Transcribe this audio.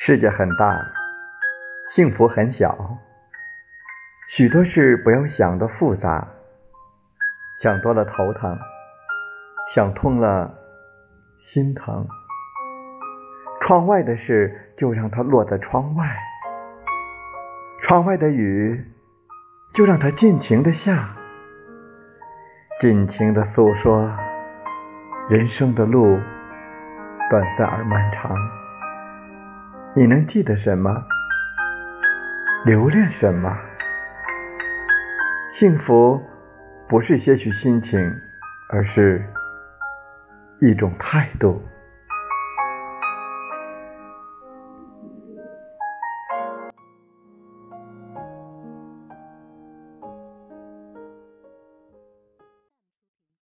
世界很大，幸福很小，许多事不要想得复杂，想多了头疼，想通了心疼。窗外的事就让它落在窗外，窗外的雨就让它尽情地下，尽情地诉说人生的路短暂而漫长。你能记得什么？留恋什么？幸福不是些许心情，而是一种态度。